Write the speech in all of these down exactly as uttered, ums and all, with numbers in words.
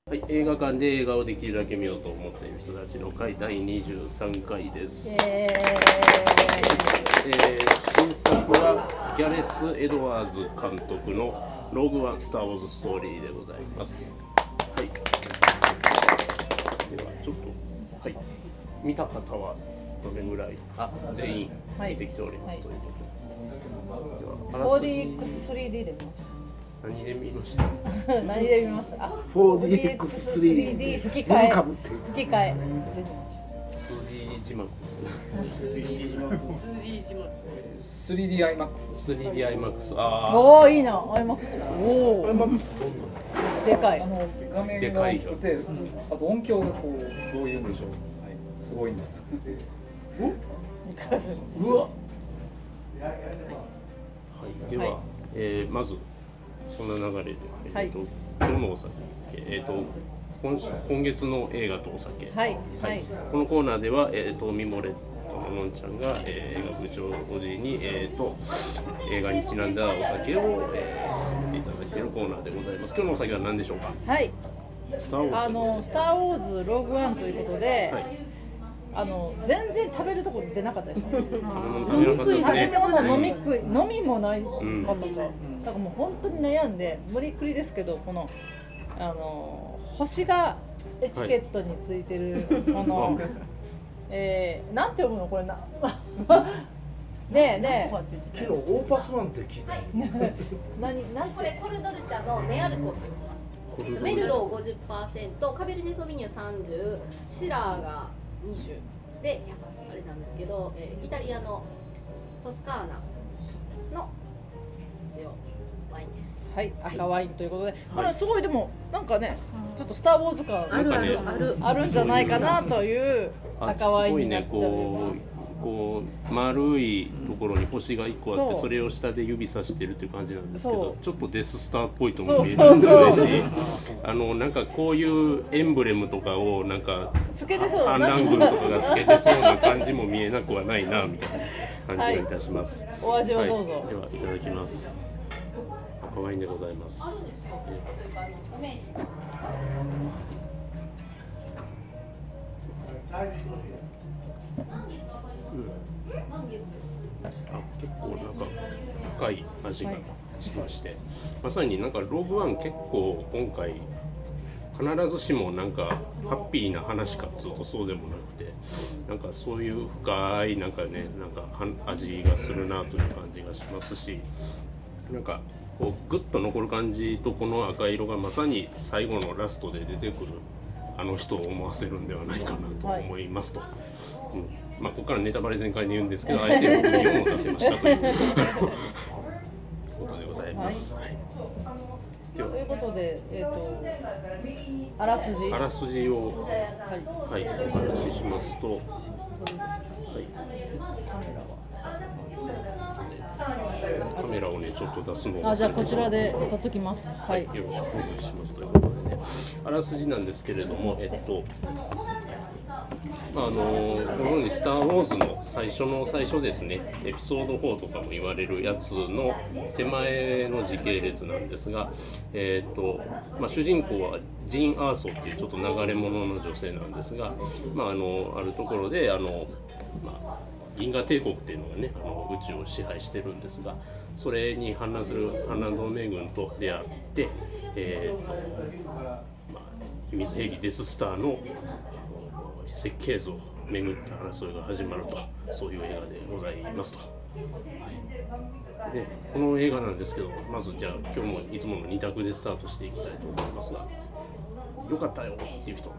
はい、映画館で映画をできるだけ見ようと思っている人たちの会だいにじゅうさんかいです。えーえー、新作はギャレス・エドワーズ監督のローグワンスター・ウォーズ・ストーリーでございます。はい、ではちょっと、はい、見た方はどれぐらい、あ、全員見てきております、はい、ということで。ではフォーディーエックススリーディー で見ました。 何で見ました何で見ましたあフォーディーエックススリーディー吹き替え吹き替え出てました。 ツーディー 字幕スリーディーアイマックススリーディーアイマックス あおーいいな アイマックス おアイマックスでかい。 あの画面が大きくて、あと音響がこうどういうんでしょう、はい、すごいんです。 うわ、 はい、では、はい、えー、まずそんな流れで、 はい、 えーと、今日のお酒、えーと、今, 今月の映画とお酒、 はいはい、このコーナーでは、えーと、ミモレットののんちゃんが、えー、映画部長おじいに、えーと、映画にちなんだお酒を、えー、進めていただいているコーナーでございます。今日のお酒は何でしょうか。 はい、 スター・ウォーズ、 あのスター・ウォーズローグワンということで、はい、あの全然食べるところ出なかったでしょ。食べ物食べなかったですね。 食べ物飲み食い飲みもないかったか、うん、だからもう本当に悩んで無理くりですけど、このあの星がエチケットについてるこの、はい、えー、なんて読むのこれな。ねえねえ。昨日オーパスワンって聞いた。 何何これコルドル茶のネアルコと言います。メルロー ごじゅっパーセント、カベルネソビニューさんじゅう、シラーがにじゅうであれなんですけど、えー、イタリアのトスカーナの一応ワインです。 はい、赤ワインということで、これすごいでもなんかね、ちょっとスター・ウォーズ感あるあるあるあるんじゃないかなという赤ワインになっております。 すごいね、こう、こう丸いところに星がいっこあって、それを下で指さしてるという感じなんですけど、ちょっとデススターっぽいとも見えるんですし、あのなんかこういうエンブレムとかをなんかつけてそう、 反乱軍とかがつけてそうな感じも見えなくはないなみたいな感じがいたします。 はい、お味はどうぞ。 はい、ではいただきます。赤ワインでございます。うん、あ、結構なんか深い味がしまして、はい、まさになんかローグワン結構今回必ずしもなんかハッピーな話かっつうとそうでもなくて、なんかそういう深いなんかね、なんか味がするなという感じがしますし、なんかこうグッと残る感じと、この赤色がまさに最後のラストで出てくるあの人を思わせるんではないかなと思いますと、はい、うん、まあここからネタバレ全開で言うんですけど、あえて僕にを持たせましたということでございます。はい、 ということで、えーと、あらすじあらすじを、はい、はい、お話ししますと、はい、カメラをねちょっと出すのを、 あ、じゃあこちらで撮っときます。はい、 はい、よろしくお願いしますということでね、あらすじなんですけれども、えっと、まああのこのようにスター・ウォーズの最初の最初ですね、エピソードフォーとかも言われるやつの手前の時系列なんですが、えっとまあ、主人公はジーン・アーソーっていうちょっと流れ者の女性なんですが、まあ、あのあるところであの、まあ、銀河帝国っていうのがね、あの宇宙を支配してるんですが、それに反乱する反乱同盟軍と出会って、えーとまあ、秘密兵器デススターの設計図をめぐった争いが始まると、そういう映画でございますと。はい、でこの映画なんですけど、まずじゃあ今日もいつものに択でスタートしていきたいと思いますが、よかったよっていう人、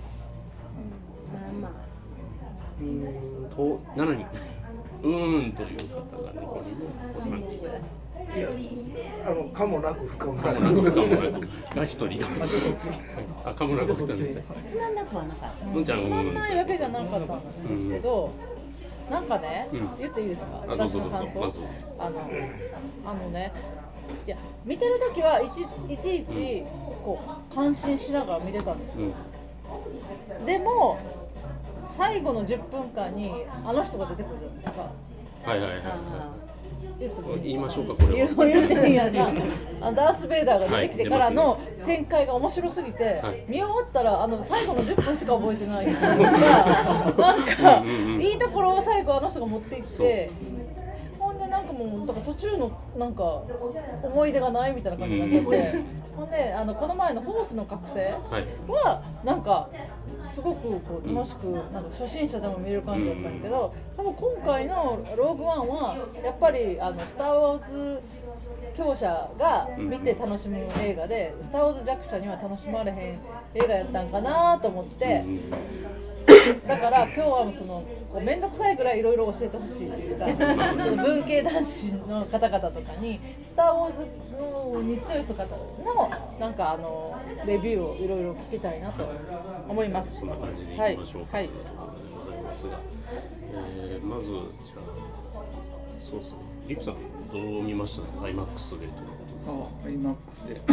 まあうーんとしちにんうーんという方が残りのおさんにん、 いや、あのかもなく不可もなくかもなく不可もなくがひとり、あ、かもなくふたり、 つまんなくはなかった。 のんちゃん、 つまんないわけじゃなかったんですけど、うん、なんかね、うん、言っていいですか、私の感想。あのあのね、いや見てるときはいちいちいちこう感心しながら見てたんですよ。うん、でも最後のじゅっぷんかんにあの人が出てくるじゃないですか。 はいはいはい、はい。 言いましょうかこれは。 言ってもいいやな。あのダース・ベイダーが出てきてからの展開が面白すぎて、はい、見終わったらあの最後のじゅっぷんしか覚えてないからなんかいいところを最後あの人が持っていって。ほんでなんかもうだから途中のなんか思い出がないみたいな感じになっちゃって、うん、ほんであのこの前のホースの覚醒はなんかすごくこう楽しくなんか初心者でも見れる感じだったんだけど、多分今回のローグワンはやっぱりあのスター・ウォーズ強者が見て楽しむ映画で、スター・ウォーズ弱者には楽しまれへん映画やったんかなと思って、だから今日はそのこう面倒くさいぐらいいろいろ教えてほしいというか、その文系男子の方々とかにスター・ウォーズに強い人方のなんかあのレビューをいろいろ聞きたいなと思います。 そんな感じでいきましょうか、はい、というところでございますが、えー、まずじゃあそうですね、リクさんどう見ました？ アイマックス でということですか？ アイマックス で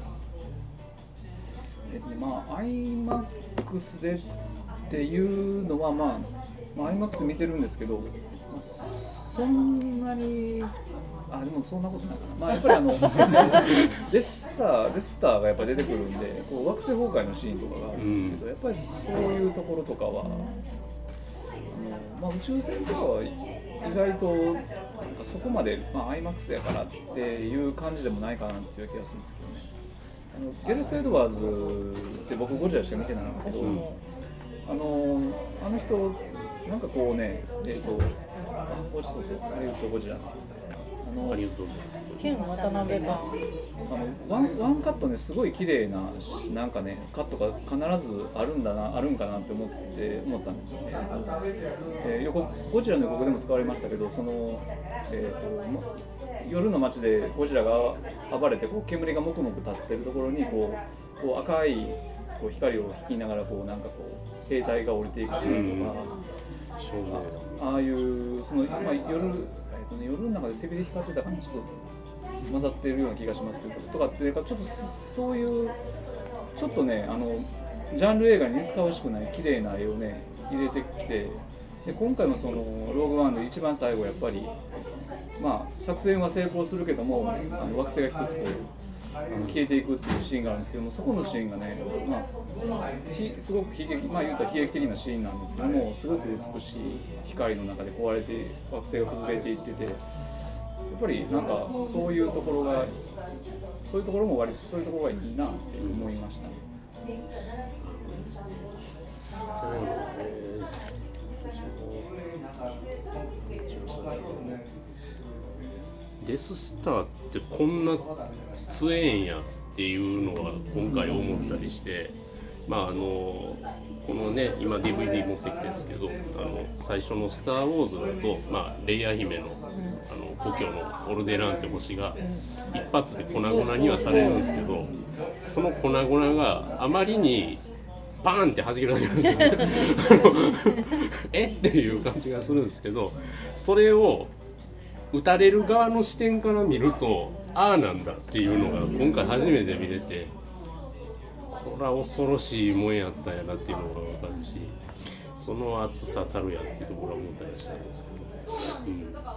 えまあ アイマックス でっていうのは、まあ、まあ アイマックス 見てるんですけど、まあ、そんなにあでもそんなことないかな。まあやっぱりあのレスターレスターがやっぱ出てくるんで、こう惑星崩壊のシーンとかがあるんですけど、うん、やっぱりそういうところとかはあの、まあ、宇宙船とかは意外となんかそこまで、まあ、アイマックス やからっていう感じでもないかなっていう気がするんですけどね。あのゲルス・エドワーズって僕ゴジラしか見てないんですけど、うん、あのあの人なんかこうね、えっとあそうそうハリウッドゴジラって言うんですね。あのハリウッドケン渡辺があのワンワンカットねすごい綺麗ななんかねカットが必ずあるんだなあるんかなって思って思ったんですよね。えー、横ゴジラの予告でも使われましたけど、そのえっと、ま夜の街でゴジラが暴れてこう煙がもくもく立ってるところにこう、こう赤いこう光を引きながらこうなんかこう兵隊が降りていくシーンとか、うん、あ, ああいうその、まあ、夜、えっとね、夜の中で背びれ光ってた感じちょっと混ざっているような気がしますけどとかってちょっとそういうちょっとねあのジャンル映画に似つかわしくない綺麗な絵をね入れてきて、で今回もそのローグワンで一番最後やっぱりまあ作戦は成功するけどもあの惑星が一つこうあの消えていくっていうシーンがあるんですけども、そこのシーンがね、まあ、すごく悲劇、まあ、言うたら悲劇的なシーンなんですけども、すごく美しい光の中で壊れて惑星が崩れていってて、やっぱりなんかそういうところがそういうところも割そういうところがいいなって思いましたね。 デススターってこんな強えんやっていうのは今回思ったりして、まああのこのね今 ディーブイディー 持ってきてるんですけど、あの最初の「スター・ウォーズ」だと、まあ、レイヤー姫のあの故郷のオルデランって星が一発で粉々にはされるんですけど、その粉々があまりにバーンって弾けられるんですよねえっていう感じがするんですけど、それを撃たれる側の視点から見るとああなんだっていうのが今回初めて見れて、これは恐ろしいもんやったんやなっていうのが分かるし、その熱さたるやっていうところは思ったりしたんですけど、うん、あ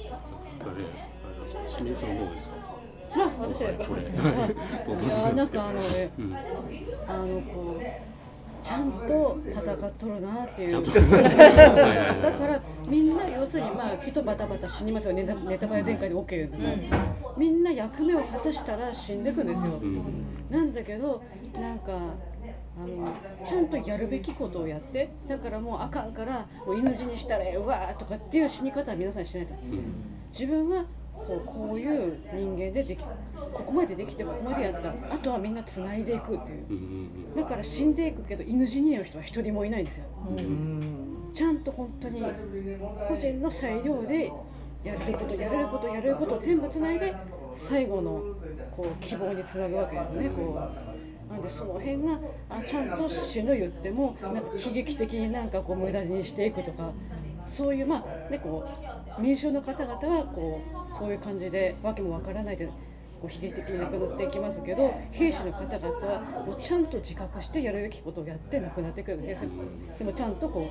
れ清水さんどうですか？ まあ私はやっぱりなんかあのね、うん、あのこうちゃんと戦っとるなっていうだからみんな要するにまあ人バタバタ死にますよね、ネタバレ前回で OK けど、うん、みんな役目を果たしたら死んでくんですよ、うん、なんだけどなんかあのちゃんとやるべきことをやって、だからもうあかんからもう犬死にしたらええわとかっていう死に方は皆さんしないと、うん、自分はこう、こういう人間でできここまでできてここまでやった、あとはみんなつないでいくっていう、だから死んでいくけど犬死に合う人は一人もいないんですよ、うん、ちゃんと本当に個人の裁量でやれることやれることやれることを全部つないで最後のこう希望につなぐわけですね。こうなんでその辺があちゃんと死ぬ言ってもなんか悲劇的になんかこう無駄にしていくとか、そういうまあねこう民衆の方々はこうそういう感じでわけもわからないでこう悲劇的に亡くなっていきますけど、兵士の方々はもうちゃんと自覚してやるべきことをやって亡くなっていくわけです。でもちゃんとこう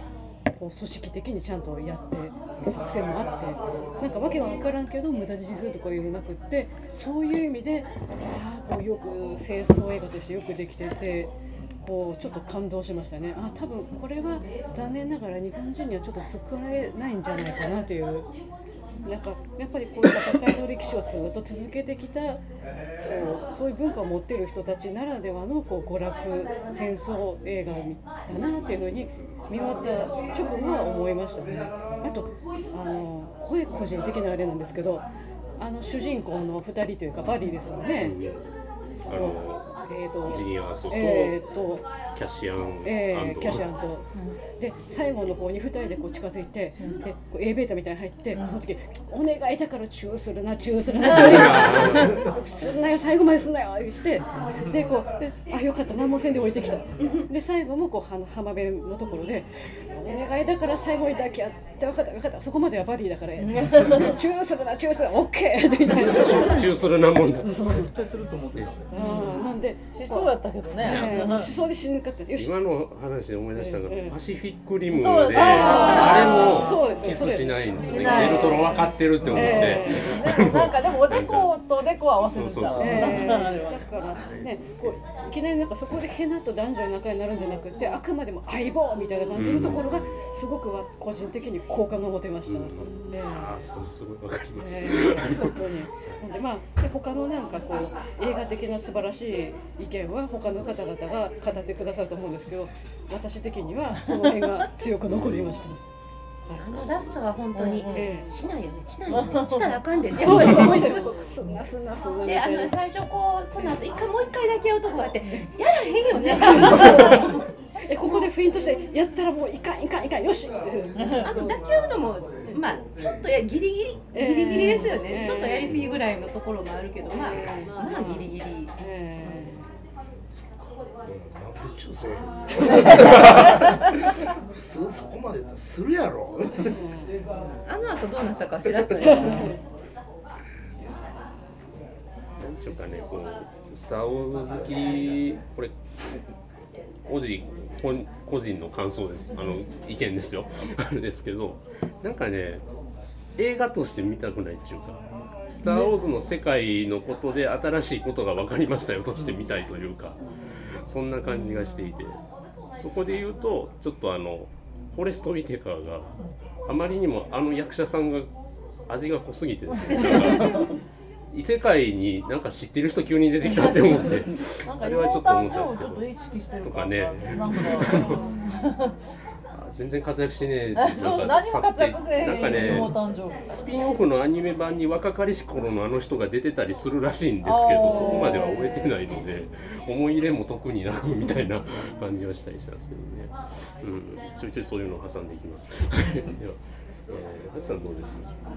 こう組織的にちゃんとやって作戦もあってなんかわけは分からんけど無駄死にするとかいうのなくってそういう意味であこうよく戦争映画としてよくできててこうちょっと感動しましたね。あ多分これは残念ながら日本人にはちょっと作られないんじゃないかなというなんかやっぱりこういう戦いの歴史をずっと続けてきたこうそういう文化を持っている人たちならではのこう娯楽戦争映画だなっていうふうに見終わった直後は思いましたね。あとあのこれ個人的なあれなんですけどあの主人公のふたりというかバディですよね。 あのえーとジニアーソと、 えーとキャシアン、 えー、 アンドキャシアンと、うん、で最後の方にふたりでこう近づいて、うん、でこう A ベータみたいに入って、うん、その時お願いだからチューするなチューするなチューするなよ最後まですんなよ言ってでこうであよかった何もせんで置いてきたで最後もこう浜辺のところでお願いだから最後にだけやって分かった分かったそこまではバディだからやってチューするなチューするなオッケーみたいなチューするなもんだ絶対すると思ってたあなんでしそうやったけどね、 えー、しそうで死ぬかったよし今の話で思い出したのが、えー、パシフィックリムであれもキスしないんですねベルトロ分かってるって思って、 えー、でもなんかでもおでことおでこは合わせるんちゃうそうそうそう、えー、だからねこういきなりなんかそこでヘナと男女の仲になるんじゃなくてあくまでも相棒みたいな感じのところがすごく個人的に好感が持てました、うんえー、ああそうすごい分かります、 えー、本当になんでまあで他のなんかこう映画的な素晴らしい意見は他の方々が語ってくださると思うんですけど私的にはその辺が強く残りました。 あのラストは本当に、 ええ、 しないよね、しないよね、したらあかんでってそうです、すんなすんなすんなで、あの最初こう、その後一回もう一回だけ男があってやらへんよねえ、ここでフェイントしてやったらもういかんいかんいかんよしってあの抱き合うのもまあちょっとやギリギリギリギリですよね、えー、ちょっとやりすぎぐらいのところもあるけどまあ、まあギリギリ、えーなんで中世普通そこまでするやろあの後どうなったか知らんとねなんちゅうかねこうスター・ウォーズ好きこれおじ個人の感想ですあの意見ですよあれですけどなんかね映画として見たくないっていうかスター・ウォーズの世界のことで新しいことが分かりましたよとして見たいというかそんな感じがしていてそこで言うとちょっとあのフォレスト・ウィテカーがあまりにもあの役者さんが味が濃すぎてですね異世界になんか知ってる人急に出てきたって思ってなんかあれはちょっと思ったんですけど意識してるとかねなんか全然活躍してねえそう何も活躍せえへんなんかねスピンオフのアニメ版に若かりし頃のあの人が出てたりするらしいんですけどそこまでは終えてないので思い入れも特になくみたいな感じはしたりしたんですけどね、うん、ちょいちょいそういうのを挟んでいきますでは、えー、橋さんどうでしょ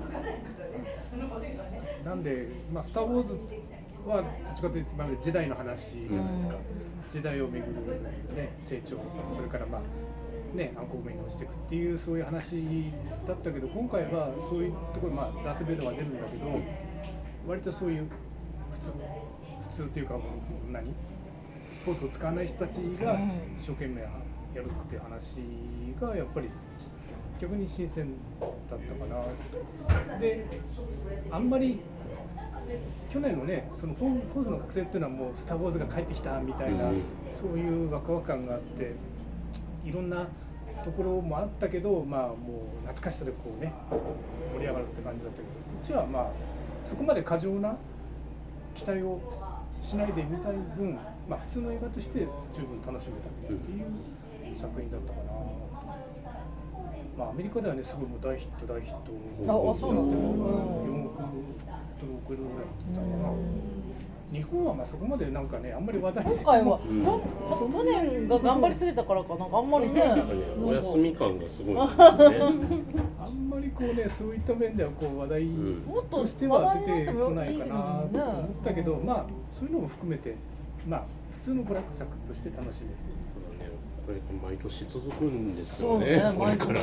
うなんで、まあ、スター・ウォーズはどっちかというと、まあ、時代の話じゃないですか、うん、時代を巡る、ね、成長それからまあね、暗黒面に落ちていくっていうそういう話だったけど今回はそういうところ、まあ、ダース・ベイダーが出るんだけど割とそういう普通普通というか何フォースを使わない人たちが一生懸命やるっていう話がやっぱり逆に新鮮だったかな。であんまり去年のねそのフォースの覚醒っていうのはもうスター・ウォーズが帰ってきたみたいな、うん、そういうワクワク感があっていろんなところもあったけど、まあもう懐かしさでこうね盛り上がるって感じだったけど、こっちはまあそこまで過剰な期待をしないでみたい分、まあ普通の映画として十分楽しめたっていう作品だったかな。まあアメリカではねすごいもう大ヒット大ヒット。 あ、そうなんですか。 よんおくドルぐらいだったかな。日本はまあそこまでなんかねあんまり話題今回は、うん、去年が頑張りすぎたからかなんかあんまりね、 お休み感がすごいですねあんまりこうねそういった面ではこう話題としては出てこないかなと思ったけど、まあそういうのも含めてまあ普通の娯楽作として楽しめる。 これ毎年続くんですよね。これから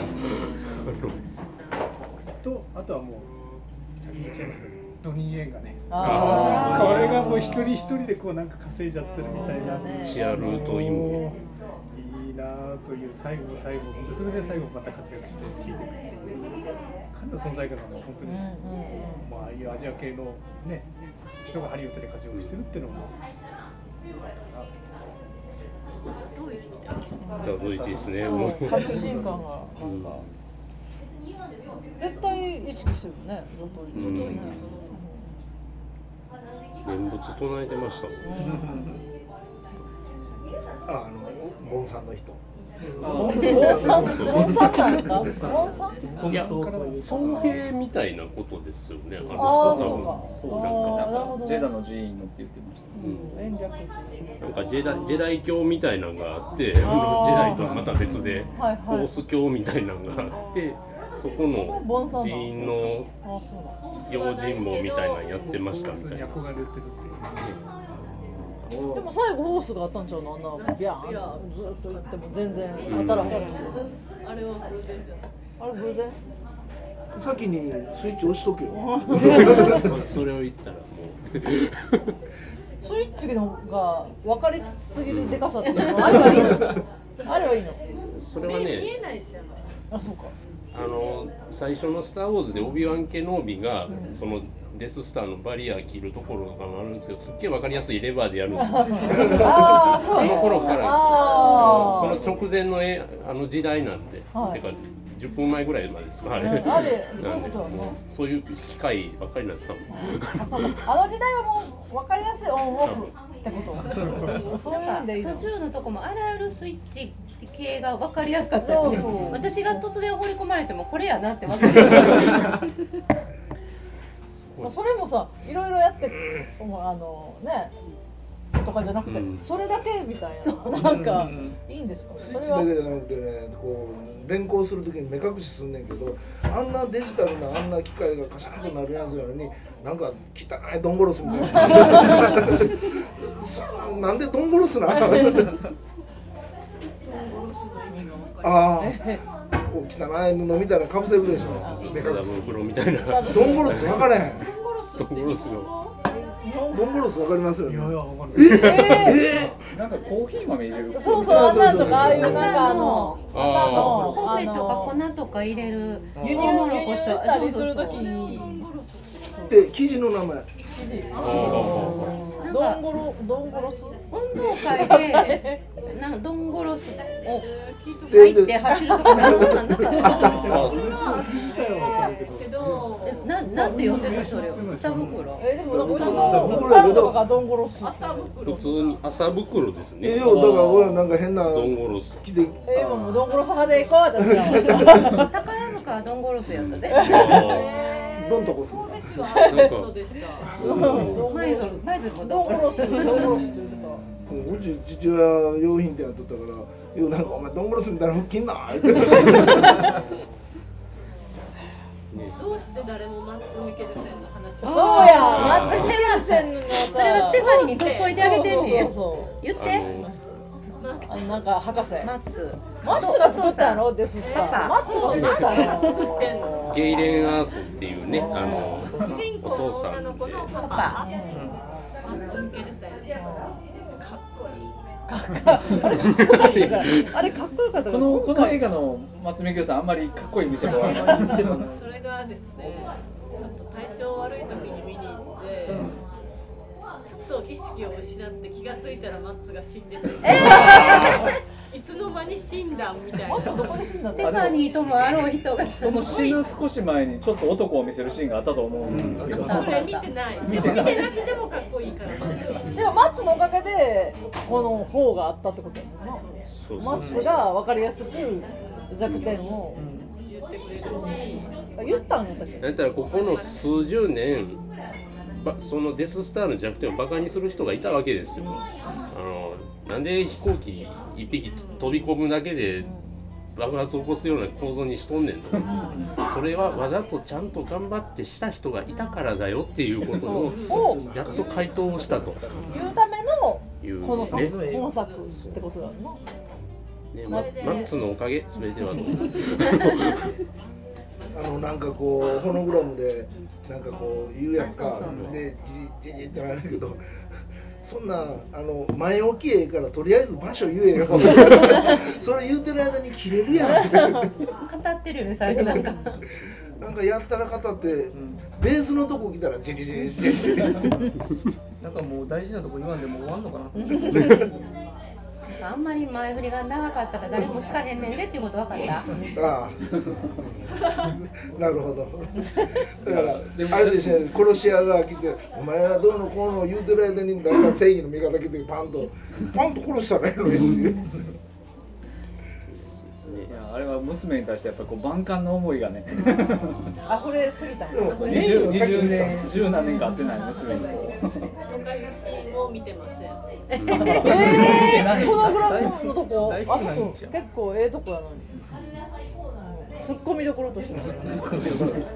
とあとはもう先に言っちゃいましたけど。ドニー・イエンがねあこれがもう一人一人でこうなんか稼いじゃってるみたいなチアルートイムいいなという最後の最後それで最後また活躍して消えていくっていう彼の存在感がもう本当に、うんうんうん、まあああいうアジア系のね人がハリウッドで活躍してるっていうのも良かったなと。 じゃあドイツですね。 もう確信感がなんか、うん、絶対意識してるね。ドイツ、うん、 念仏唱えてましたもん。 あ、あのボンさんの人。 ボンさん、ボンさんなんか。ボンさん？ いや、尊敬みたいなことですよね。あの人多分そうなんかジェダの寺院のって言ってました。 うん、延暦寺。なんかジェダジェダイ教みたいなのがあって、あのジェダイとはまた別でコース教みたいなのがあって、そこの寺院の用心棒みたいなのやってましたみたいな。 でも最後ホースがあったんちゃうのあんなビャーンずっと行っても全然当たらへん、うん、あれは偶然じゃないあれ偶然先にスイッチ押しとけよそ, それを言ったらもうスイッチのが分かりすぎるでかさっていうのはあれはいいのあれはいいのそれはね見えないしあそうかあの最初のスターウォーズでオビワン・ケノービが、うん、そのデススターのバリア切るところとかもあるんですけどすっげえ分かりやすいレバーでやるんですよあ, そうあの頃からその直前のえあの時代なんで、はい、てかじゅっぷんまえぐらいまでですかあれ、うん、あれなんでそういう機械ばっかりなんです多分あ, そうあの時代はもう分かりやすいオンオフってことそういうのでいいの途中のとこもあらゆるスイッチ系が分かりやすかったよね。そうそう私が突然掘り込まれてもこれやなって分かりやすいまあそれもさいろいろやってもうあのねとかじゃなくて、うん、それだけみたいななんかいいんですかスイッチだけじゃなくてねこう連行するときに目隠しすんねんけどあんなデジタルなあんな機械がカシャンとなるやつなのになんか汚いドンゴロスみたいななんでドンゴロスなああこう汚い布みたいなかぶせるでしょ目隠し袋みたいなドンゴロス分からへんドンゴロスのドンゴロス分かりますよね。いやいや分かんない。 えー、なんかコーヒー豆入れる。 そうそうあんなんとかああいうなんかあの朝の米とか粉とか入れる輸入輸入したりするときにで生地の名前。 ドンゴロドンゴロス運動会でなんかドンゴロスを入って走るとかなんかなかった。ななんて呼んでたそれを朝袋。 えでもうちのおかんとかがドンゴロス。 普通に朝袋ですね。 えよだから俺なんか変なドンゴロス。 えもうドンゴロス派で行こう私は。宝塚はドンゴロスやったで。 ドンとこす。 なんかマイゾルマイゾルもドンゴロスドンゴロスって言ってた。 うち父親用品店やっとったから、よなんかお前ドンゴロスみたいな服着んな。 どうして誰もマッツ・ミケルセンの話をそうやマッツ・ミケルセンのそれはステファニーに取っといてあげてんねん言ってあのなんか博士マッツマッツが作ったのデススターマッツが作ったのゲイレン・アースっていうねあの主人公の女の子のパパマッツ・ミケルセンかっこいいあれかっこよかったこのこの映画の松見京さんあんまりかっこいい見せ場はないんですけどそれがですねちょっと体調悪い時に見に行って、うん、ちょっと意識を失って気がついたらマッツが死んでて、えー、いつの間に死んだみたいなマッツどこで死んだステファニーともあろう人がその死ぬ少し前にちょっと男を見せるシーンがあったと思うんですけど、うん、 それ見てない見てなくてもかっこいいからでもマッツのおかげでこの方があったってことやもんなマッツが分かりやすく弱点を言ってくれるし言ったんやったっけだったらここの数十年そのデススターの弱点をバカにする人がいたわけですよあのなんで飛行機一匹飛び込むだけで爆発を起こすような構造にしとんねんとそれはわざとちゃんと頑張ってした人がいたからだよっていうことをやっと回答をしたというためのこの作、ね、この作ってことだな、 ね、マッツのおかげ全てはあのなんかこうホログラムでなんかこう言うやんかでじじじってなるけどそんなあの前置きええからとりあえず場所言えよそれ言うてる間に切れるやん語ってるよね最初なんかなんかやったら方って、うん、ベースのとこ来たらジリジリジリジリなんかもう大事なとこ言わんでも終わんのかなあんまり前振りが長かったら誰もつかへんねんでっていうこと分かったああなるほどだからあれでしょ殺し屋が来てお前はどうのこうの言うてる間に誰か正義の味方来てパンとパンと殺したらええのにいやあれは娘に対してやっぱりこう万感の思いがね溢れすぎたんですね。 にじゅうねん、十何年か会ってない娘にこう。 都会のシーンを見てません。 えー、このグラフのとこ、あそこ結構ええとこやのに。ツッコミどころとして。ツッコミどころとして。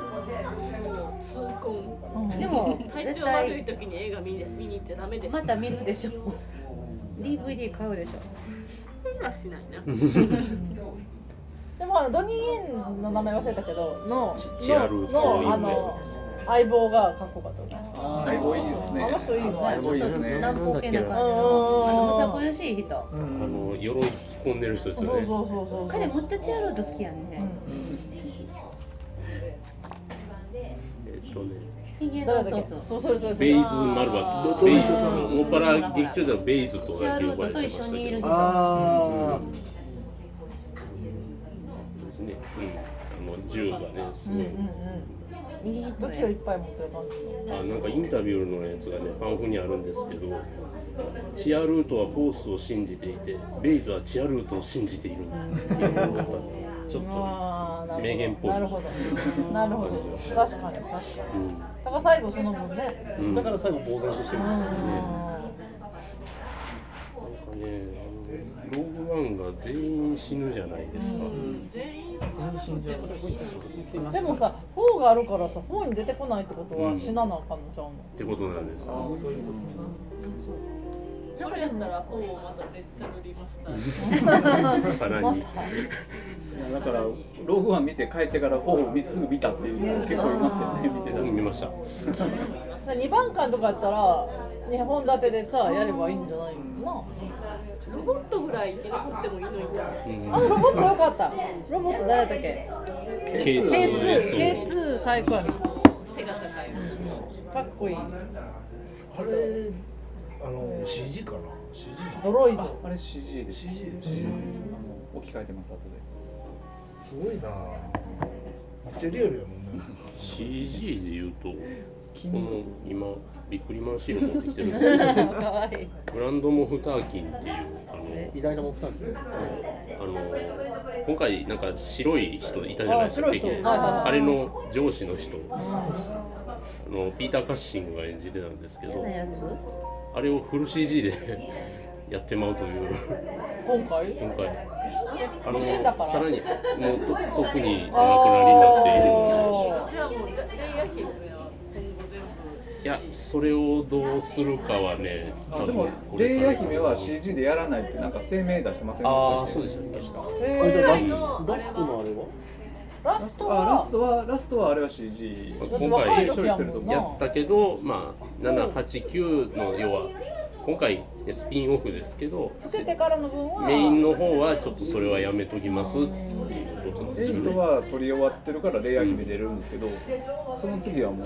でも体調悪い時に映画見に見に行ってダメです。 また見るでしょ。ディーブイディー 買うでしょ。 はしないな。 でもあのドニー・イエンの名前忘れたけどのチアルートのあの相棒がかっこよかったね。 相棒いいですね。 あの人いいよね。 相棒いいですね。 南方系な感じのあのむさこよしい人。 あの鎧着込んでる人ですよね。 そうそうそうそう。 彼めっちゃチアルート好きやんね。 えっとね。 そうそうそうベイズ・マルバス、ベイズ、オーパラ劇中ではベイズとか呼ばれてましたけど、 ああ、 ですね、うん、あの銃がね、すごい。 いい時をいっぱい持ってる感じ。 あ、なんかインタビューのやつがね、パンフにあるんですけど、チアルートはフォースを信じていて、ベイズはチアルートを信じているっていう方、ちょっと名言っぽい。 なるほど、なるほど、確かに確かに。だから最後その分ね、 うん、だから最後呆然としてる。なんかね、 ローグワンが全員死ぬじゃないですか。 全員死んじゃう。 でもさ、フォーがあるからさ、フォーに出てこないってことは死ななあかんのちゃうの？ ってことなんです。ああ、そういうこと。 それやったらフォーをまた絶対売りました。 さらに。 だからローグワン見て帰ってからフォーをすぐ見たっていう人結構いますよね。見てた。 見ました。 にばんかんとかやったらにほん立てでさやればいいんじゃないのな。 ロボットぐらい生き残ってもいいのにな。 あ、ロボットよかった。ロボット誰だっけ？ ケーツーケーツー 最高やね。 背が高い。 かっこいい。 あれあの シージー かな。シージー。 ドロイド。 あれ シージー です。シージー です。置き換えてます後で。 すごいな。めっちゃリアルやもんね。 シージー で言うと、この今ビックリマンシール持ってきてるんですけど、 かわいい。 ブランドモフターキンっていうあの偉大なモフターキン。 あの今回なんか白い人いたじゃないですか。 あ, あれの上司の人、あのピーター・カッシングが演じてたんですけど、あれをフル シージー でやってまうという今回今回あの死んだからさらにもうと特にお亡くなりになっているので、 じゃあもうレイヤ姫は今後全部いやそれをどうするかはね、 あでもレイヤ姫は シージー でやらないってなんか声明出してませんでしたっけ？ ああそうですよね確か。 えラストラストのあれは？ ラストあラはストはラストはあれは シージー。 今回処理してると思うやったけど、まあななはちきゅうの要は今回スピンオフですけど、 つけてからの分はメインの方はちょっとそれはやめときますっていうことなんですよね。 エイトは取り終わってるからレイヤ姫出るんですけど、その次はもう。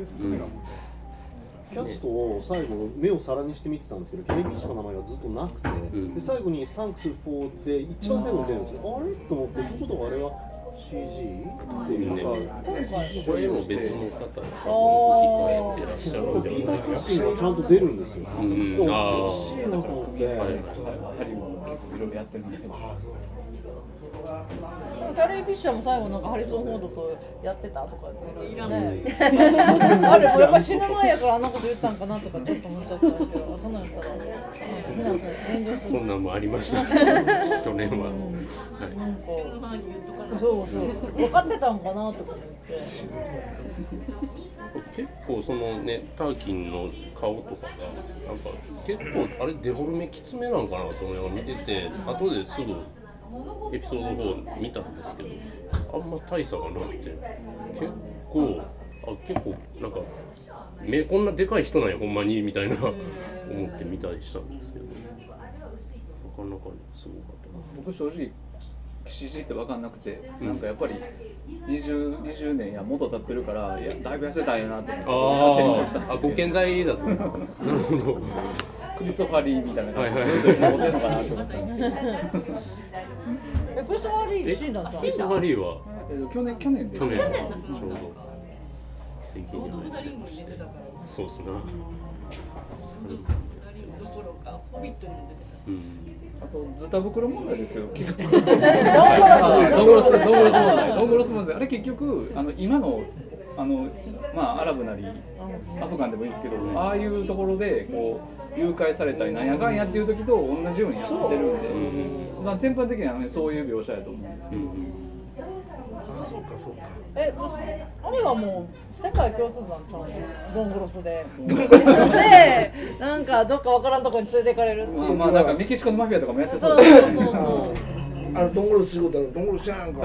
キャストを最後目を皿にして見てたんですけど、キャリー・フィッシャーの名前がずっとなくて、うん、で最後にサンクス・フォーで一番最後に出るんですよ。あれと思って、ということはあれは シージー っていうのが、 これも別の方が置き換えてらっしゃるんではないかな。 ピーター・カッシーがちゃんと出るんですよ。 うん、ああ、 おかしいなと思って。 ハリウッド結構いろいろやってるんで。 キャリー・フィッシャーも最後なんかハリソン・フォードとやってたとか言ってね。あれもやっぱ死ぬ前やからあんなこと言ったんかなとかちょっと思っちゃったけど、そんなんやったら皆さん遠慮して。 そんなんもありました。去年は。 うん、 はい。 死ぬ前に言っとかない。 そうそう。分かってたんかなとか思って。 結構そのねターキンの顔とかがなんか結構あれデフォルメきつめなんかなと思いながら見てて、後ですぐエピソードフォー見たんですけど、あんま大差がなくて結構あ結構なんか目こんなでかい人なんやほんまにみたいな思って見たりしたんですけど、なかなかすごかった。 僕正直シージーって分かんなくて、うん、なんかやっぱりにじゅう、にじゅうねんや元経ってるからいやだいぶ痩せたんやなって思ってああご健在だとなるほどクリストファー・リーみたいな感じでずっと持ってるのかなと思ってたんですけどえクリストファー・リー死んだんじゃん。 クリストファー・リーは、 えー、去年去年で去年ちょうど世紀に入ってまして、 そうっすな。 どころかホビットにも出てた。 うんあとズタ袋問題ですけど、結局ドンゴロスドンゴロス問題、ドンゴロス問題、あれ結局あの今のあのまあアラブなりアフガンでもいいですけど、ああいうところでこう誘拐されたりなんやかんやっていう時と同じようにやってるんで、まあ全般的にはねそういう描写やと思うんですけど。 あそうかそうか。 え、あれはもう世界共通なんちゃうの？ドングロスで。で、なんかどっかわからんとこに連れて行かれるっていう。 まあなんかメキシコのマフィアとかもやってそうですね。そうそうそう。 あのドングロス仕事だろ、ドングロスやんか。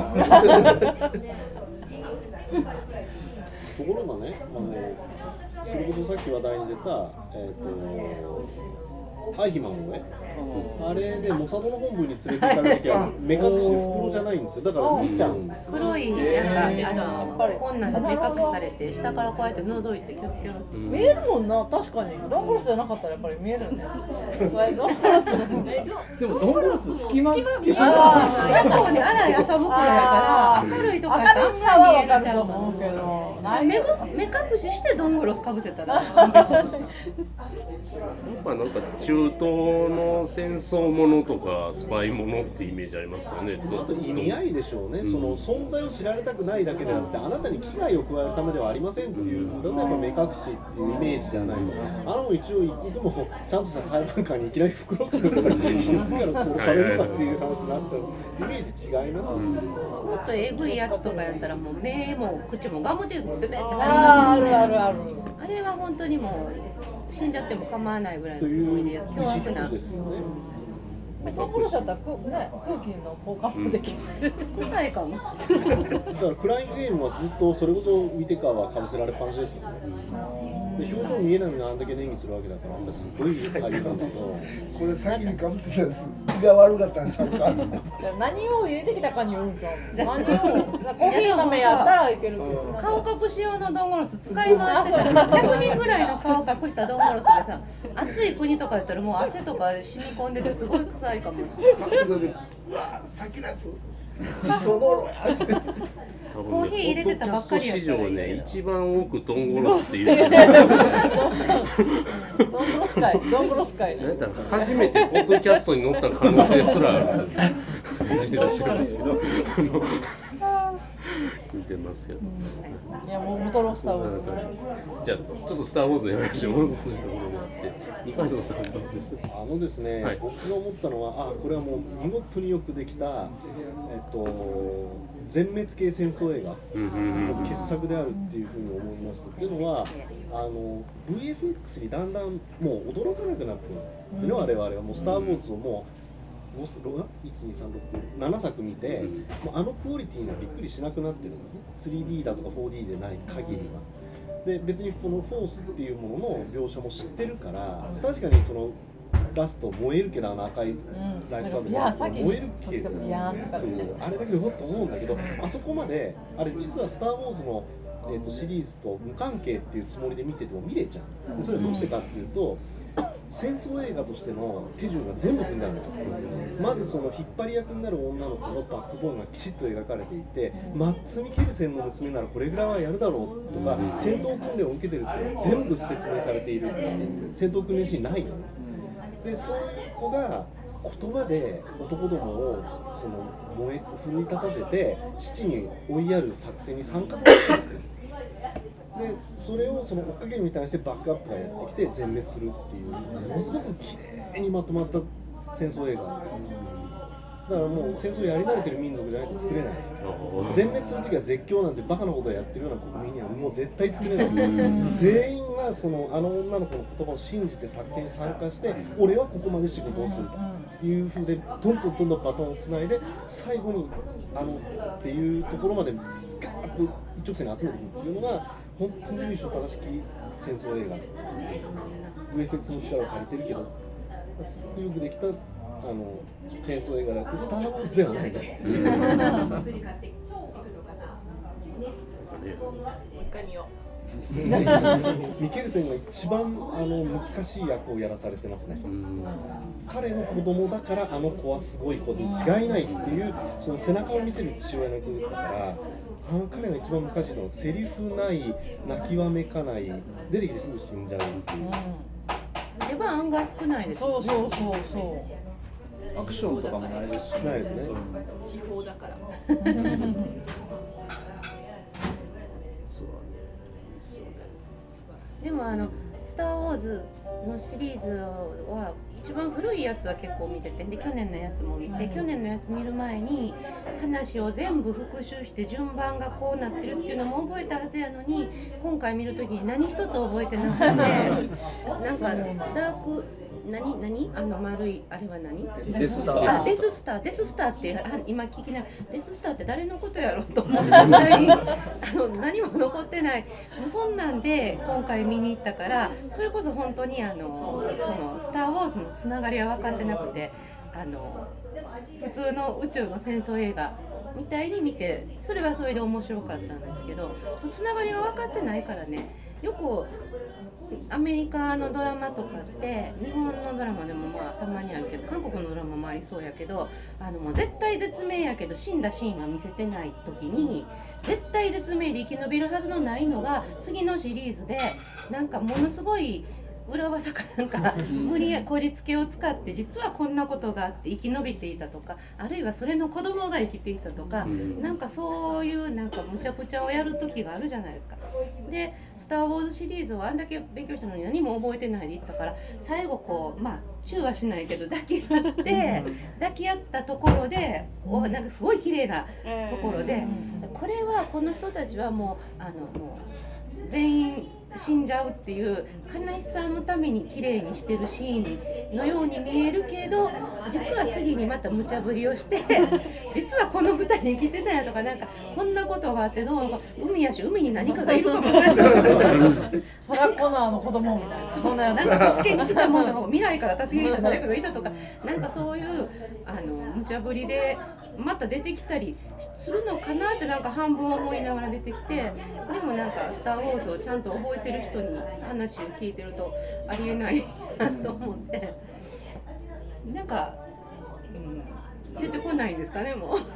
ところがね、あのそれこそさっき話題に出た、えーと、アイヒマンをね、あれでモサドの本部に連れて行かれるときは目隠し袋じゃないんですよ。だから見ちゃうんですよ。 黒いなんかあのこんなの目隠しされて下からこうやって覗いてキョロキョロって見えるもんな。確かにドンゴロスじゃなかったらやっぱり見えるよね。ドンゴロスでもドンゴロス隙間つけて結構ね荒い朝袋やから明るいとこやったらあんまり見えるちゃうと思うけど目隠ししてドンゴロスかぶせたらやっぱなんか中東の戦争ものとかスパイものってイメージありますよね。 あと意味合いでしょうね、うん、その存在を知られたくないだけであってあなたに危害を加えるためではありませんっていう、例えば目隠しっていうイメージじゃないと、あの一応一刻もちゃんとした裁判官にいきなり袋かけたらから殺されるかっていう話になっちゃうイメージ違いますし、うん、 もっとえぐいやつとかやったらもう目も口もガムテープベベって貼りますよね。 あるあるある。 あれは本当にもう死んじゃっても構わないぐらいのつもりで凶悪な。 ですよね。 ドンゴロスだったら空、ね、空気の交換もできる。 臭いかも。だからクライムゲームはずっとそれこそ見てからはかぶせられっぱなしですよね。で表情見えないのにあんだけ演技するわけだからすごい大変なんだけど、 これ先にかぶせたやつ気が悪かったんちゃうか。 何を入れてきたかによるんじゃん。何をコーヒー豆やったらいけるけど。 顔隠し用のドンゴロス使い回してたらひゃくにんぐらいの顔隠したドンゴロスでさ、暑い国とかやったらもう汗とか染み込んでてすごい臭いかも。 うわさっきのやつそのやつ。 コーヒー入れてたばっかりやったらいいけど。 史上ね一番多くドンゴロスっていう。 ドンゴロス会、ドンゴロス会。 初めてポッドキャストに載った可能性すらある感じがしてるんですけど、見てますけど。 いやもう元のスターウォーズ。 じゃあちょっとスターウォーズの話を戻すところがあって、二階堂さんどうでしょう。 あのですね、はい、僕が思ったのは、あこれはもう見事によくできたえっと全滅系戦争映画の傑作であるっていうふうに思いました。っていうのはあの ブイエフエックス にだんだんもう驚かなくなってるんです。うん、我々はもうスター・ウォーズをもういち、に、さん、ろく、ななさく見て、うん、もうあのクオリティにはびっくりしなくなってるんですね。スリーディー だとか フォーディー でない限りは。で別にこのフォースっていうものの描写も知ってるから、確かにそのラスト燃えるけどあの赤いライトサービス燃えるけど、あれだけでほっと思うんだけど、あそこまであれ実はスター・ウォーズの、えー、とシリーズと無関係っていうつもりで見てても見れちゃう。でそれはどうしてかっていうと、戦争映画としての手順が全部組んであるんですよ。まずその引っ張り役になる女の子のバックボーンがきちっと描かれていて、マッツ・ミケルセンの娘ならこれぐらいはやるだろうとか、戦闘訓練を受けてるって全部説明されている。戦闘訓練シーンないよね。でそういう子が言葉で男どもをその燃え奮い立たせて死地に追いやる作戦に参加させてるんです。でそれをその追っかけるに対してバックアップがやってきて全滅するっていうものすごくきれいにまとまった戦争映画だからもう戦争やり慣れてる民族じゃないと作れない。全滅するときは絶叫なんてバカなことをやってるような国民にはもう絶対作れない。全員がそのあの女の子の言葉を信じて作戦に参加して俺はここまで仕事をするというふうでどんどんどんどんバトンをつないで最後にあのっていうところまでガーッと一直線に集めていくっていうのが本当に由緒正しき戦争映画、ブイエフエックス の力を借りてるけど、すごくよくできたあの戦争映画だってスター・ウォーズではないんだ。ミケルセンが一番あの難しい役をやらされてますね。彼の子供だからあの子はすごい子で違いないっていうその背中を見せる父親の役だから、あの彼が一番難しいのはセリフない、泣きわめかない、出てきてすぐ死んじゃうっていう。 出番案外少ないです。 そうそうそうそう。 アクションとかもないですし、 ないですね。 司法だから。 でもあのスター・ウォーズのシリーズは一番古いやつは結構見てて、で去年のやつも見て、去年のやつ見る前に話を全部復習して順番がこうなってるっていうのも覚えたはずやのに、今回見るときに何一つ覚えてなくてなんかダーク何何あの丸いあれは何？ デススター。 あ、デススター、デススターってあ今聞きながらデススターって誰のことやろうと思ったぐらいあの何も残ってない。もうそんなんで今回見に行ったから、それこそ本当にあのそのスター・ウォーズのつながりは分かってなくて、あの普通の宇宙の戦争映画みたいに見て、それはそれで面白かったんですけど、そのつながりが分かってないからね、よくアメリカのドラマとかって日本のドラマでもまあたまにあるけど、韓国のドラマもありそうやけど、あのもう絶対絶命やけど死んだシーンは見せてない時に、絶対絶命で生き延びるはずのないのが次のシリーズでなんかものすごい裏技かなんか無理やこじつけを使って実はこんなことがあって生き延びていたとか、あるいはそれの子供が生きていたとか、なんかそういうなんかむちゃくちゃをやる時があるじゃないですか。でスター・ウォーズシリーズはあんだけ勉強したのに何も覚えてないでいったから、最後こうまあチューはしないけど抱き合って抱き合ったところでおなんかすごい綺麗なところで、これはこの人たちはもうあのもう全員死んじゃうっていう悲しさのために綺麗にしてるシーンのように見えるけど、実は次にまた無茶ぶりをして実はこのふたり生きてたやとか、なんかこんなことがあってどうも海やし海に何かがいるかもわからないサラ・コナーの子供みたいな、 そんななんか助けに来たもの未来から助けに来た誰かがいたとか、なんかそういうあの無茶ぶりでまた出てきたりするのかなってなんか半分思いながら出てきて、でもなんかスター・ウォーズをちゃんと覚えてる人に話を聞いてるとありえないなと思って、なんか、うん、出てこないんですかねもう。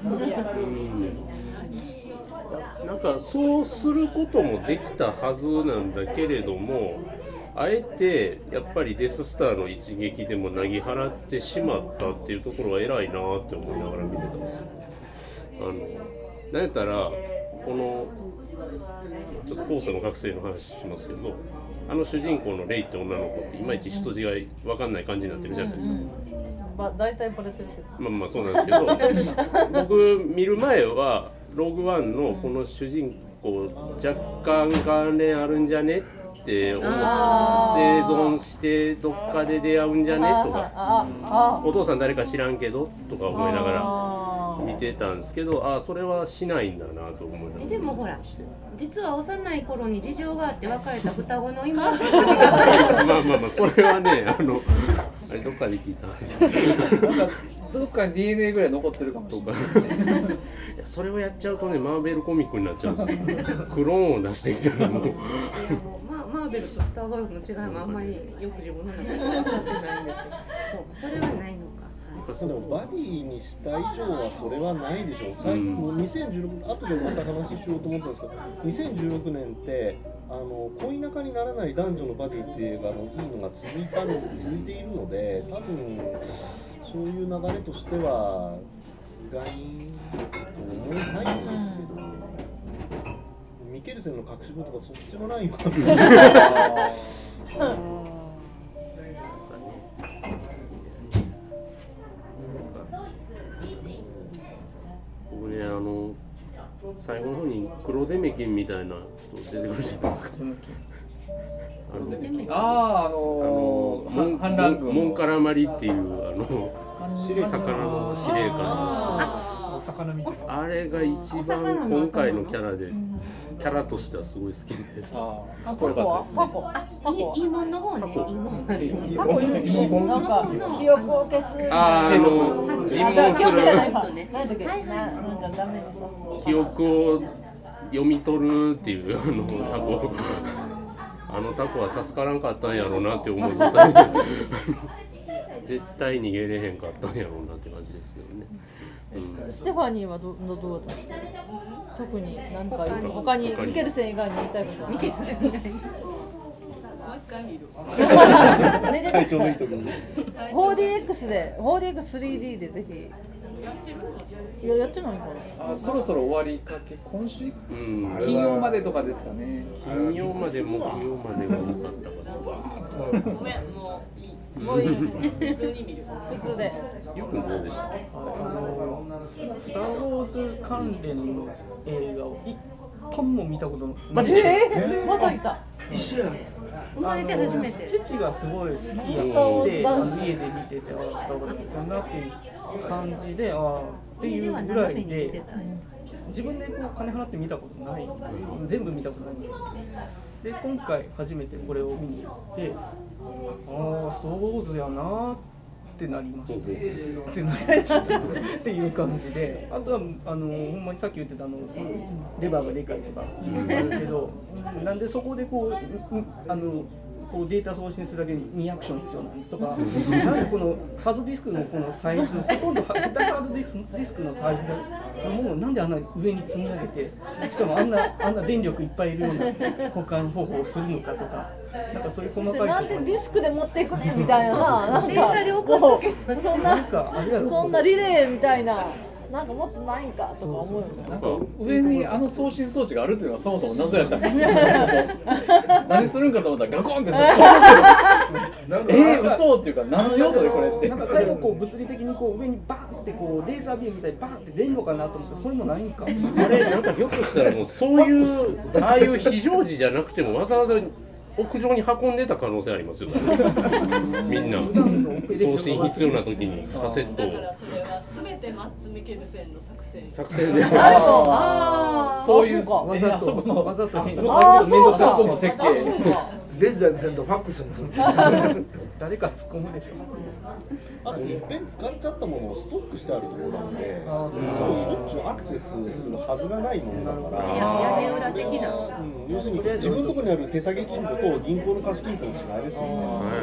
うん、なんかそうすることもできたはずなんだけれども、あえてやっぱりデススターの一撃でもなぎ払ってしまったっていうところは偉いなって思いながら見てたんですよ。あのなんやったらこのちょっと高専の学生の話しますけど、あの主人公のレイって女の子っていまいち人違い分かんない感じになってるじゃないですか。 まあ大体バレてるけど。まあまあそうなんですけど、僕見る前はローグワンのこの主人公若干関連あるんじゃねって思って、生存してどっかで出会うんじゃねとか、お父さん誰か知らんけどとか思いながら見てたんですけど、ああそれはしないんだなと思いながら。 でもほら実は幼い頃に事情があって別れた双子の妹まあまあまあそれはね、あのあれどっかで聞いたなんかどっかに ディーエヌエー ぐらい残ってるかもしれないいやそれをやっちゃうとね、マーベルコミックになっちゃうんですよクローンを出してきたらもうまあ、マーベルとスター・ウォーズの違いもあんまりよく自分の中で分かってないんですけど、そうかそれはないのか。 でもバディにした以上はそれはないでしょう。最近もうにせんじゅうろくねん、後でまた話しようと思ったんですけど、にせんじゅうろくねんってあの恋仲にならない男女のバディっていうのがいいのが続いたの続いているので、多分そういう流れとしてはさすがにと思えないんですけど、ミケルセンの隠し子とかそっちのラインはある僕ね、あの最後の方に黒デメキンみたいな人出てくるじゃないですか。あのああのモンカラマリっていうあの魚の司令官。 お魚みたいな。 あれが一番今回のキャラでキャラとしてはすごい好きで。 ああ、タコはタコあ、いい、いいもんの方ね。いいもん。 タコいるね。なんか記憶を消す。 あー、あの尋問する。 なんだっけ、ななんかダメにさす。 記憶を読み取るっていうあのタコ。あのタコは助からんかったんやろうなって思うと絶対逃げれへんかったんやろうなって感じですよね。 うん、ステファニーはどどどうだった？特に何か他にミケルセン以外に言いたいことは？ミケルセン以外に。 体調のいい時にフォーディーエックス で フォーディーエックススリーディー でぜひ。いややってないかな。 あ、そろそろ終わりかけ、今週、 うん、 金曜までとかですかね。 金曜まで木曜までが多かったかな。 ごめん、もういい。 もういい。 普通に見る。 普通で。 よくどうでした？ あのスター・ウォーズ関連の映画を一本も見たことない。 マジで？ えー、またいた。 一緒や。 生まれて初めて。 父がすごい好きやって、 スター・ウォーズ男子家で見てて、ああ、スター・ウォーズだなっていう感じで、ああっていうぐらいで、自分でこう金払って見たことない、全部見たことないんで、で今回初めてこれを見に行って、ああ、スター・ウォーズやなってなりました。ってなりましたっていう感じで、あとはあのほんまにさっき言ってたあのレバーがでかいとかあるけど、なんでそこでこうあのこうデータ送信するだけににアクション必要なのとか、なんでこのハードディスクのこのサイズ、ほとんどハードディスクディスクのサイズのものをなんであんな上に積み上げて、しかもあんなあんな電力いっぱいいるような保管方法をするのかとか、なんかそういう細かいところ。 なんでディスクで持っていくねみたいなな、なんかデータで送っとけ。 そんなそんなリレーみたいな。なんかもっとないんかとか思うよね。 なんか上にあの送信装置があるっていうのはそもそも謎やったんですよ。何するんかと思ったらガコンって差し込んで、えー、嘘っていうか何の用途でこれって。 なんか最後こう物理的にこう上にバーンってこうレーザービームみたいにバーンって出るのかなと思って、それもないんか。 あれなんかひょっとしたらもうそういうああいう非常時じゃなくてもわざわざ屋上に運んでた可能性ありますよね。みんな送信必要な時にカセットを。 だからそれは全てマッツ・ミケルセンの作戦。 作戦で。 ああ、 そういうわざとわざと変ああ、そうか。 の設計。 デジタルにせんとファックスにする。 誰か突っ込むでしょ。 あといっぺん使っちゃったものをストックしてあるところなので、 あそうしょっちゅうアクセスするはずがないものだから、 屋根裏的な。 うん、要するに自分のところにある手提げ金庫と銀行の貸金庫の違いですよね。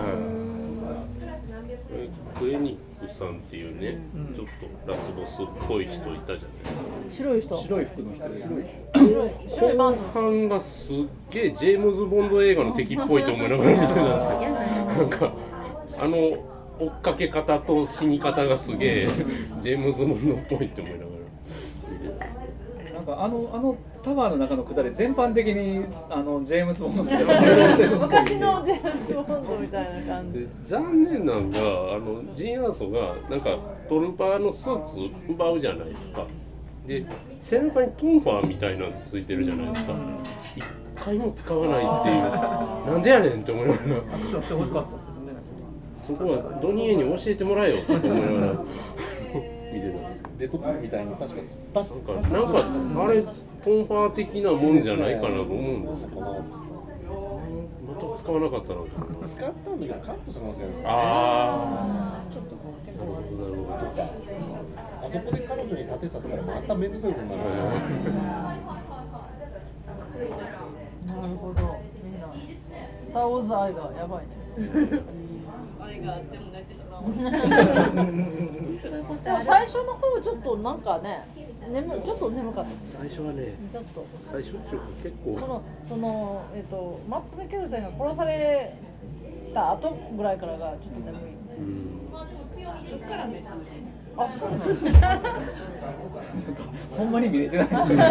クエニックさんっていうね、うん、ちょっとラスボスっぽい人いたじゃないですか。 白い人。 白い服の人ですね。 後半がすっげえジェームズ・ボンド映画の敵っぽいと思いながら見てたんですよ。なんかあの追っかけ方と死に方がすげえジェームズ・ボンドっぽいって思いながら見てたんですけど。 なんかあのあのタワーの中の下り全般的にあのジェームス・ボンドみたいな昔のジェームス・ボンドみたいな感じ。 残念なのがあのジン・アーソがなんかトルパーのスーツ奪うじゃないですか。で背中にトンファーみたいなのついてるじゃないですか。一回も使わないっていうなんでやねんって思いながら。 アクションしてほしかったですよね。 そこはドニエに教えてもらえよって思いながら見てたんですよ。 デッドプールみたいに確か確かなんかあれトンファー的なもんじゃないかなと思うんですけど、また使わなかったなと。 使ったんだけどカットした可能性ある。 ああ、 ちょっとなるほどなるほどとか、あそこで彼女に盾させたらまた面倒くさいことになる。 なるほど。みんなスター・ウォーズ愛がやばいね。 愛があっても寝てしまう。 でも最初の方ちょっとなんかね、眠ちょっと眠かった。 最初はね、 ちょっと最初っていうか結構そのそのえっ、ー、とマッツ・ミケルセンが殺された後ぐらいからがちょっと眠い。うん。 そっから目覚めて。 あ、そうなんだ。 ほんまに見れてないですね。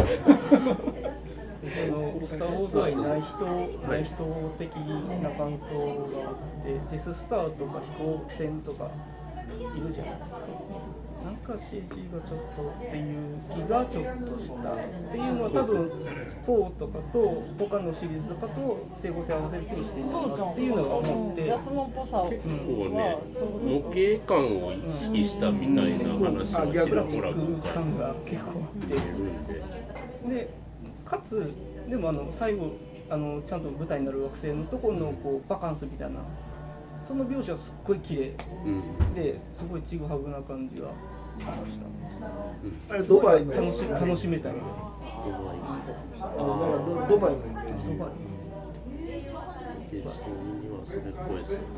そのスター・ウォーズ愛ない人、ない人的な感想があって、デススターとか飛行船とかいるじゃないですか。 なんか シージー がちょっとっていう気がちょっとしたっていうのは多分フォーとかと他のシリーズとかと整合性合わせるようにしてるのかなっていうのが思って、 安物っぽさを結構ね模型感を意識したみたいな話がちらほら感が結構あってでかつでもあの最後あのちゃんと舞台になる惑星のところのこうバカンスみたいなその描写はすっごい綺麗、うん、ですごいちぐはぐな感じがしました。 あれドバイの楽し楽しめたよね。 ドバイ。あ、なんかドドバイのイメージ。ドバイ。 ページにはそれっぽいですよね。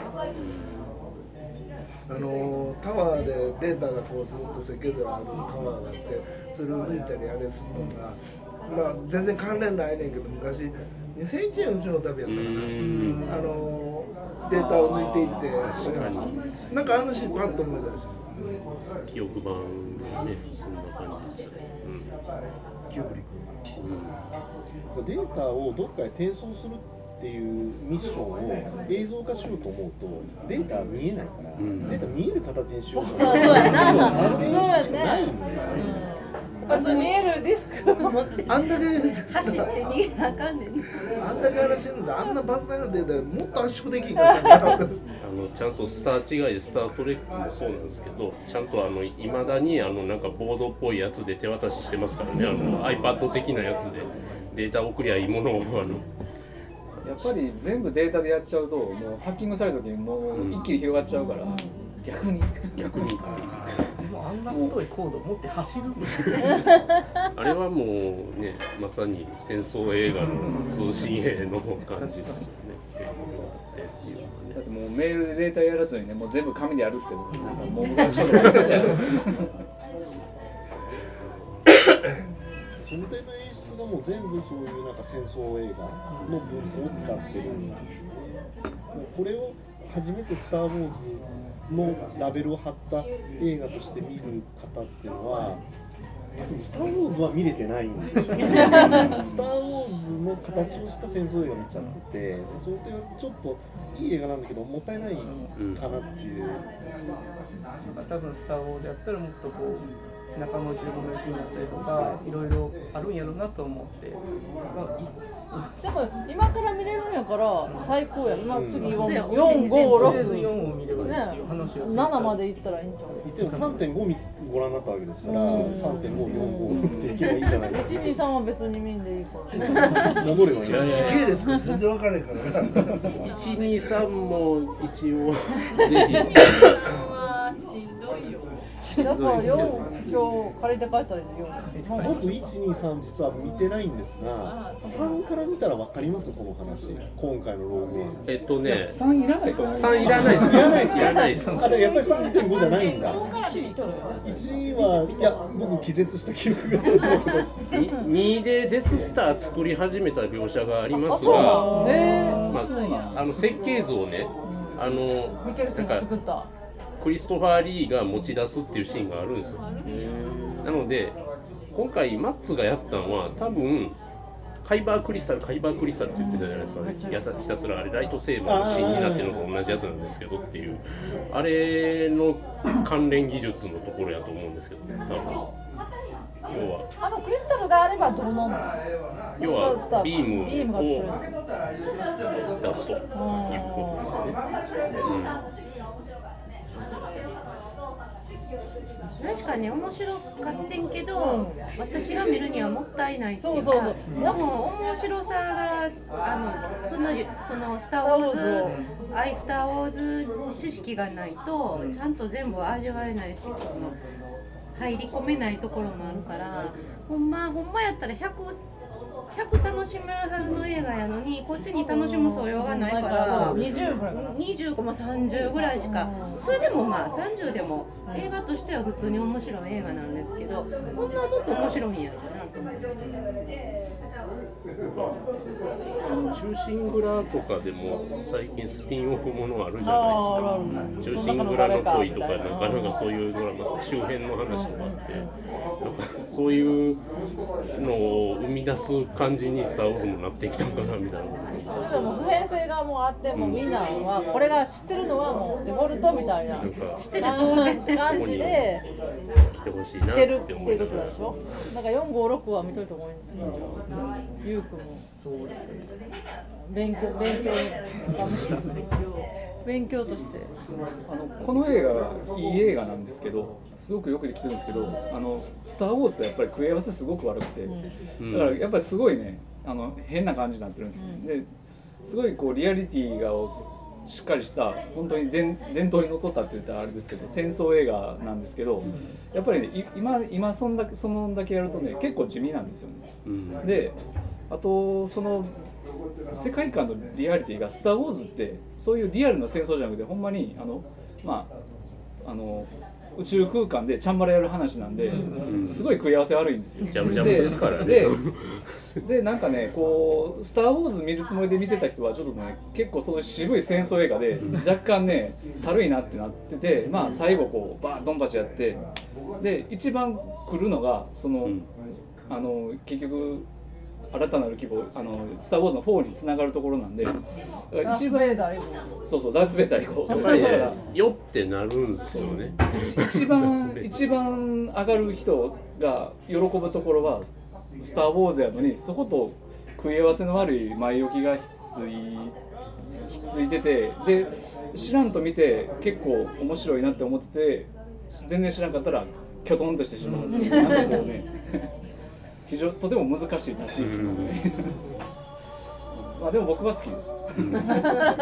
あのタワーでデータがこうずっと設計図があるタワーがあってそれを抜いたりあれするのが、まあ全然関連ないねんけど昔にせんいちねんうちの旅やったかな。あのデータを抜いていってなんかあのシーンパッと思い出した記憶版ねそんな感じですよね、うん、 キューブリック、 うん、データをどっかへ転送するっていうミッションを映像化しようと思うとデータ見えないから、うん、データ見える形にしようと思うとそうやなそうやねあそ見えるディスクを持ってあんだけ走って逃げなあかんねんあんだけ話してるんだあんな莫大なデータもっと圧縮できんかったあのちゃんとスター違いでスタートレックもそうなんですけどちゃんとあの未だにあのなんかボードっぽいやつで手渡ししてますからねあの iPad 的なやつでデータ送りゃいいものをあのやっぱり全部データでやっちゃうともうハッキングされた時にもう一気に広がっちゃうから、うん、逆に逆にあんな太いコードを持って走るあれはもうねまさに戦争映画の通信兵の感じですよねだってもうメールでデータやらずにねもう全部紙でやるってもう昔のことじゃないですかその点の演出がもう全部そういうなんか戦争映画の文法を使ってるんですよね。もうこれを初めてスター・ウォーズのラベルを貼った映画として見る方っていうのはスター・ウォーズは見れてないんですよねスター・ウォーズの形をした戦争映画見ちゃっててその点はちょっといい映画なんだけどもったいないかなっていう、 うん、多分スター・ウォーズやったらもっとこう中のじゅうごのシーンだったりとかいろいろあるんやろうなと思って、まあ、いいでも今から見れるんやから最高や今次よん、 うん、 よん、ご、ろく、 よんを見ればいいっていう話をななまでいったらいいんじゃない一応 さんてんご ご覧になったわけですから さんてんご、よん、ごっていけばいいんじゃないかいち、に、さんは別に見んでいいから戻ればいい時系列が全然分からないからいち、に、さんも一応ぜひだからよん今日借りて帰ったらいいよ僕いち、に、さん実は見てないんですがさんから見たら分かりますこの話今回のローメンえっとねさんいらないと思うさんいらないですいらないですいらないですあれやっぱり さんてんご じゃないんだいちいはいや僕気絶した記憶があるけどにでデススター作り始めた描写がありますがあ、 まあ、あの設計図をねあのミケルセンが作ったクリストファー・リーが持ち出すっていうシーンがあるんですよなので今回マッツがやったのは多分カイバークリスタルカイバークリスタルって言ってたじゃないですか、やたひたすらあれライトセーバーのシーンになってるのと同じやつなんですけどっていうあれの関連技術のところやと思うんですけどね多分要はあのクリスタルがあればどうなの要はビームをビームが出すということですね、うん確かに面白かってんけど、うん、私が見るにはもったいないっていうか、 そうそうそうでも面白さがあのそのそのスター・ウォーズアイスター・ウォーズ知識がないとちゃんと全部味わえないし、この入り込めないところもあるから、ほんまほんまやったらひゃくひゃく楽しめるはずの映画やのにこっちに楽しむ素養がないからにじゅうぐらいにじゅうもさんじゅうぐらいしか、それでもまあさんじゅうでも映画としては普通に面白い映画なんですけど、ほんまはもっと面白いんやろうなと思って。 あの忠臣蔵とかでも最近スピンオフものあるじゃないですか。忠臣蔵の恋とかなんかなんかそういうドラマ周辺の話とかあって、なんかそういうのを生み出す感じにスター・ウォーズもなってきたのかなみたいな。 でも普遍性がもうあってもみんなはこれが知ってるのはもうデフォルトみたいな知ってる感じで来てほしいな来てるっていうことでしょ。だからよんごろくは見といた方がいいんじゃん。ゆうくんも勉強勉強勉強としてあのこの映画はいい映画なんですけど、すごくよくできてるんですけど、あのスター・ウォーズとやっぱり食い合わせすごく悪くて、うん、だからやっぱりすごいね、あの変な感じになってるんです、うん、ですごいこうリアリティがしっかりした本当に伝統にのっとったって言ったらあれですけど戦争映画なんですけど、やっぱりね今今そんだけそのだけやるとね結構地味なんですよね、うん、であとその世界観のリアリティがスター・ウォーズってそういうリアルな戦争じゃなくてほんまにあのまああの宇宙空間でチャンバラやる話なんで、うん、すごい食い合わせ悪いんですよ。 ジャブジャブですからね。 で、で、でなんかねこうスター・ウォーズ見るつもりで見てた人はちょっとね結構そういう渋い戦争映画で若干ね軽いなってなってて、まあ最後こうバーンドンパチやってで一番来るのがその、うん、あの結局新たなる規模あのスター・ウォーズのフォーにつながるところなんで、 ダース・ベイダー行こう。そうそうダース・ベイダー行こう。 それでよってなるんですよね。 一番一番上がる人が喜ぶところはスター・ウォーズやのにそこと食い合わせの悪い前置きがひついひついててで知らんと見て結構面白いなって思ってて全然知らんかったらキョトンとしてしまうっていうなんかこうね。非常とても難しい立ち位置なのでまあでも僕は好きです私もきっ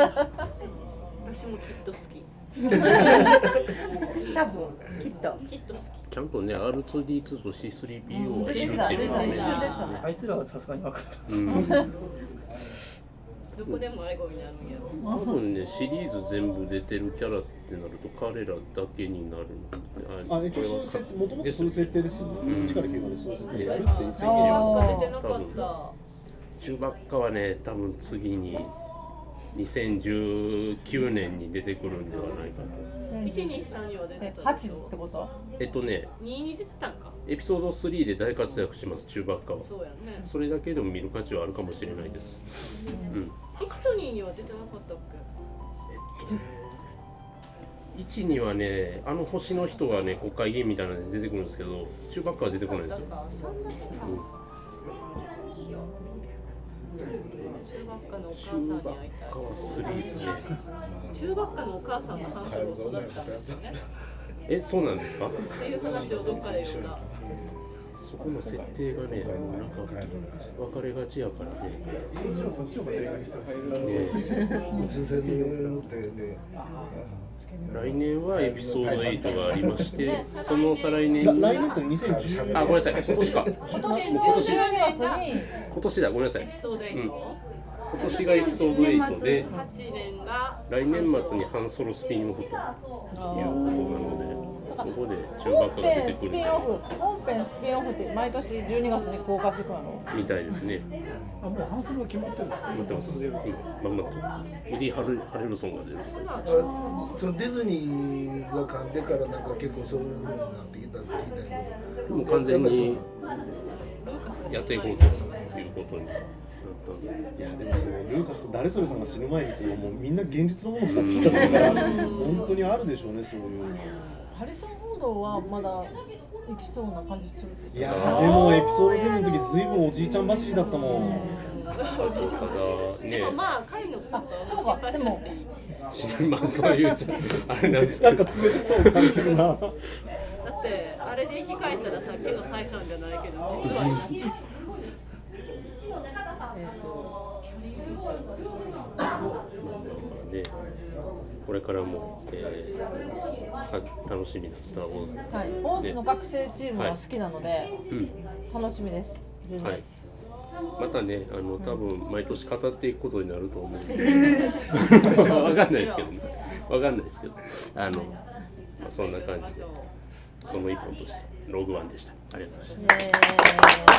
と好き多分きっときっと好きちゃんとね アールツーディーツー と シースリーピーオー がいるっていうのはねあいつらはさすがに分かる、 うんどこでも愛語になるんやろ。 多分ねシリーズ全部出てるキャラってなると彼らだけになるの。あ、一応もともとそういう設定ですよね。 うん、 力きゅうまでそういう設定やるっていう設定やった。多分チューバッカはね多分次ににせんじゅうきゅうねんに出てくるんではないかと。 いちにさんには出てた。 はちってこと？ えっとね。 にに出てたんか。 エピソードスリーで大活躍しますチューバッカは。 そうやね。 それだけでも見る価値はあるかもしれないです。うん。 いちとにには出てなかったっけ？いちにはね、あの星の人がね国会議員みたいなので出てくるんですけど、チューバッカは出てこないんですよ。 チューバッカのお母さんに会いたい。 チューバッカはスリーですね。 チューバッカのお母さんの話を育てたんですよね。 え、そうなんですか？ っていう話をどっかで読んだ。 そこの設定がね、なんか分かれがちやからね。 そっちのそっちの方が映画にしてほしい。 宇宙船に乗ってね。 来年はエピソードエイトがありまして、その再来年に。 来年ってにせんじゅうねん。 あ、ごめんなさい、今年か。 今年もう今年じゅうにがつに。 今年だ、ごめんなさい。 エピソードエイト。 今年がエピソードエイトで、 はちねんが来年末にハンソロスピンオフということなので。そこで中学が出てくる本編スピンオフって毎年じゅうにがつに公開してくるのみたいですね。 あ、もう半数は決まってる。決まってます。うん、まんまとウディ・ハル・ハレルソンが出るとか。 そのディズニーが噛んでからなんか結構そういう風になってきたって聞いたけど、 もう完全にやっていこうということに。 いやでもそのルーカス誰それさんが死ぬ前にってもうみんな現実のものになってきちゃったから本当にあるでしょうねそういう。 ハリソン・フォードはまだ生きそうな感じする。 いやでもエピソードセブンの時ずいぶんおじいちゃん走りだったもん。 ただね。 でもまあ彼のあ、そうかでもまあそういうあれなんですけど。 なんか冷たそう感じるな。だってあれで生き返ったらさっきのサイさんじゃないけど実は。 えっとでこれからも、えー、楽しみなスター・ウォーズ、 はい、オースの学生チームが好きなので、はいうん、楽しみです。じゅうにがつ、はい、 またねあの多分毎年語っていくことになると思うんでわかんないですけどねわかんないですけどあの、まあ、そんな感じでその一本としてログワンでした。ありがとうございました。